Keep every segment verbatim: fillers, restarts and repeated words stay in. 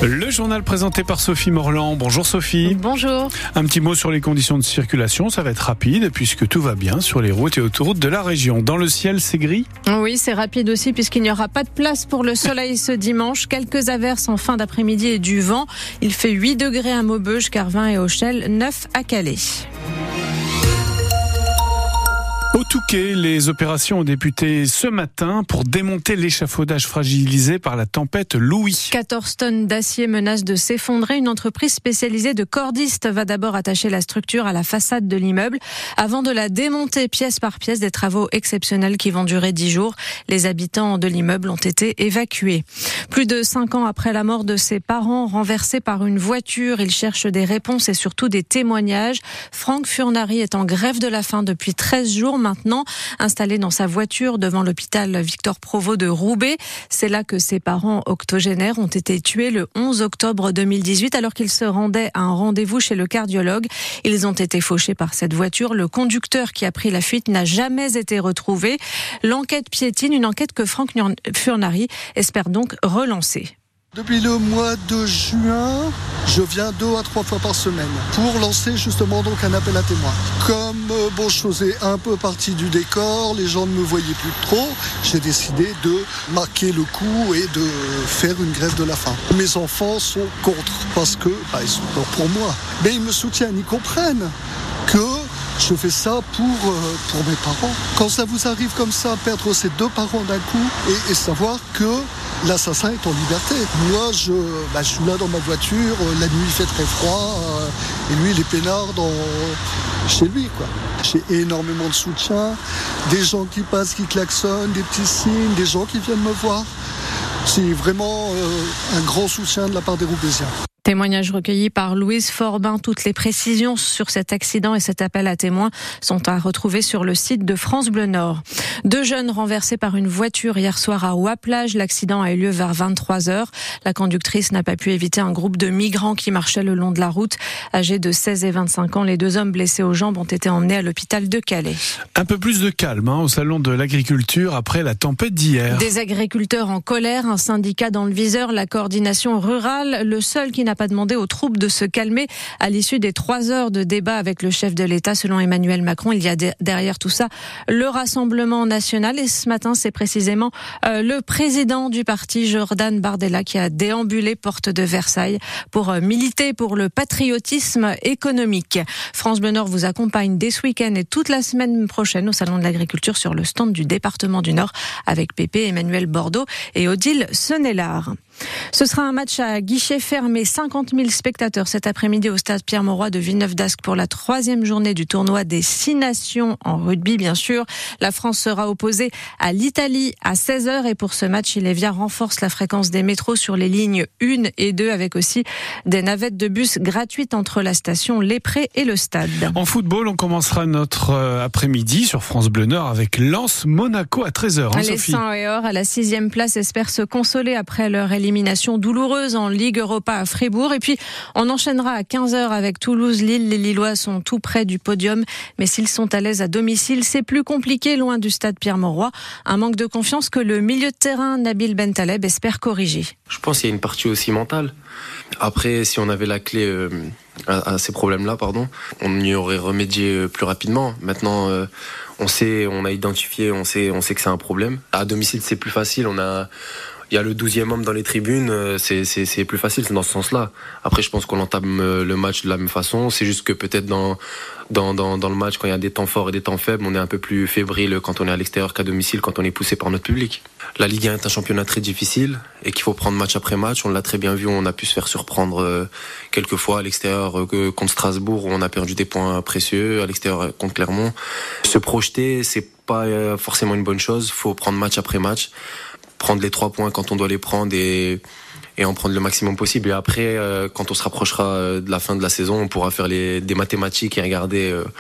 Le journal présenté par Sophie Morland. Bonjour Sophie. Bonjour. Un petit mot sur les conditions de circulation, ça va être rapide puisque tout va bien sur les routes et autoroutes de la région. Dans le ciel, c'est gris ? Oui, c'est rapide aussi puisqu'il n'y aura pas de place pour le soleil ce dimanche. Quelques averses en fin d'après-midi et du vent. Il fait huit degrés à Maubeuge, Carvin et Auchel, neuf à Calais. Au Touquet, les opérations ont débuté ce matin pour démonter l'échafaudage fragilisé par la tempête Louis. quatorze tonnes d'acier menacent de s'effondrer. Une entreprise spécialisée de cordistes va d'abord attacher la structure à la façade de l'immeuble avant de la démonter pièce par pièce. Des travaux exceptionnels qui vont durer dix jours. Les habitants de l'immeuble ont été évacués. Plus de cinq ans après la mort de ses parents renversés par une voiture, ils cherchent des réponses et surtout des témoignages. Franck Furnari est en grève de la faim depuis treize jours maintenant, installé dans sa voiture devant l'hôpital Victor Provost de Roubaix. C'est là que ses parents octogénaires ont été tués le onze octobre deux mille dix-huit alors qu'ils se rendaient à un rendez-vous chez le cardiologue. Ils ont été fauchés par cette voiture. Le conducteur qui a pris la fuite n'a jamais été retrouvé. L'enquête piétine, une enquête que Franck Furnari espère donc relancer. Depuis le mois de juin, je viens deux à trois fois par semaine pour lancer justement donc un appel à témoins. Comme euh, bon, je faisais un peu partie du décor, les gens ne me voyaient plus trop, j'ai décidé de marquer le coup et de faire une grève de la faim. Mes enfants sont contre parce que bah, ils sont peur pour moi, mais ils me soutiennent, ils comprennent que je fais ça pour, euh, pour mes parents. Quand ça vous arrive comme ça, perdre ses deux parents d'un coup et, et savoir que l'assassin est en liberté. Moi, je, bah, je suis là dans ma voiture, euh, la nuit il fait très froid, euh, et lui il est peinard dans, chez lui, quoi. J'ai énormément de soutien, des gens qui passent, qui klaxonnent, des petits signes, des gens qui viennent me voir. C'est vraiment euh, un grand soutien de la part des Roubaisiens. Témoignage recueilli par Louise Forbin. Toutes les précisions sur cet accident et cet appel à témoins sont à retrouver sur le site de France Bleu Nord. Deux jeunes renversés par une voiture hier soir à Ouaplage. L'accident a eu lieu vers vingt-trois heures. La conductrice n'a pas pu éviter un groupe de migrants qui marchaient le long de la route. Âgés de seize et vingt-cinq ans, les deux hommes blessés aux jambes ont été emmenés à l'hôpital de Calais. Un peu plus de calme hein, au salon de l'agriculture après la tempête d'hier. Des agriculteurs en colère, un syndicat dans le viseur, la coordination rurale, le seul qui n'a pas demandé aux troupes de se calmer à l'issue des trois heures de débat avec le chef de l'État. Selon Emmanuel Macron, il y a derrière tout ça le Rassemblement national. Et ce matin, c'est précisément euh, le président du parti, Jordan Bardella, qui a déambulé porte de Versailles pour euh, militer pour le patriotisme économique. France Bleu Nord vous accompagne dès ce week-end et toute la semaine prochaine au Salon de l'Agriculture sur le stand du département du Nord avec Pépé, Emmanuel Bordeaux et Odile Senelard. Ce sera un match à guichet fermé, cinquante mille spectateurs cet après-midi au stade Pierre-Mauroy de Villeneuve-d'Ascq pour la troisième journée du tournoi des six nations en rugby, bien sûr. La France sera opposée à l'Italie à seize heures et pour ce match, Ilevia renforce la fréquence des métros sur les lignes un et deux avec aussi des navettes de bus gratuites entre la station Les Prés et le stade. En football, on commencera notre après-midi sur France Bleu Nord avec Lens Monaco à treize heures. Hein, les Sophie. Saints et Or à la sixième place espèrent se consoler après leur élimination douloureuse en Ligue Europa à Fribourg. Et puis, on enchaînera à quinze heures avec Toulouse-Lille. Les Lillois sont tout près du podium. Mais s'ils sont à l'aise à domicile, c'est plus compliqué loin du stade Pierre-Mauroy. Un manque de confiance que le milieu de terrain Nabil Bentaleb espère corriger. Je pense qu'il y a une partie aussi mentale. Après, si on avait la clé euh, à, à ces problèmes-là, pardon, on y aurait remédié plus rapidement. Maintenant, euh, on sait, on a identifié, on sait, on sait que c'est un problème. À domicile, c'est plus facile. On a Il y a le douzième homme dans les tribunes, c'est, c'est, c'est plus facile, c'est dans ce sens-là. Après, je pense qu'on entame le match de la même façon. C'est juste que peut-être dans, dans, dans, dans le match, quand il y a des temps forts et des temps faibles, on est un peu plus fébrile quand on est à l'extérieur qu'à domicile, quand on est poussé par notre public. La Ligue un est un championnat très difficile et qu'il faut prendre match après match. On l'a très bien vu, on a pu se faire surprendre quelques fois à l'extérieur contre Strasbourg où on a perdu des points précieux, à l'extérieur contre Clermont. Se projeter, c'est pas forcément une bonne chose. Il faut prendre match après match, prendre les trois points quand on doit les prendre et, et en prendre le maximum possible. Et après, euh, quand on se rapprochera de la fin de la saison, on pourra faire les, des mathématiques et regarder euh,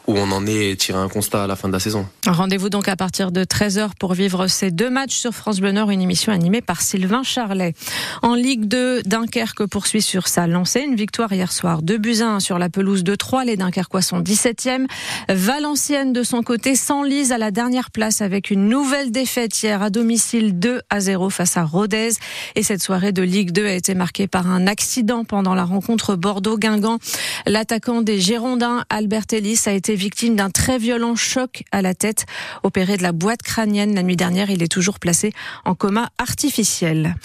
où on en est et tirer un constat à la fin de la saison. Rendez-vous donc à partir de treize heures pour vivre ces deux matchs sur France Bleu Nord, une émission animée par Sylvain Charlet. En Ligue deux, Dunkerque poursuit sur sa lancée. Une victoire hier soir, deux buts à un sur la pelouse de Troyes. Les Dunkerquois sont dix-septième. Valenciennes, de son côté, s'enlise à la dernière place avec une nouvelle défaite hier à domicile deux à zéro face à Rodez. Et cette soirée de Ligue deux a été marquée par un accident pendant la rencontre Bordeaux-Guingamp. L'attaquant des Girondins, Albert Ellis, a été victime d'un très violent choc à la tête. Opéré de la boîte crânienne la nuit dernière, il est toujours placé en coma artificiel.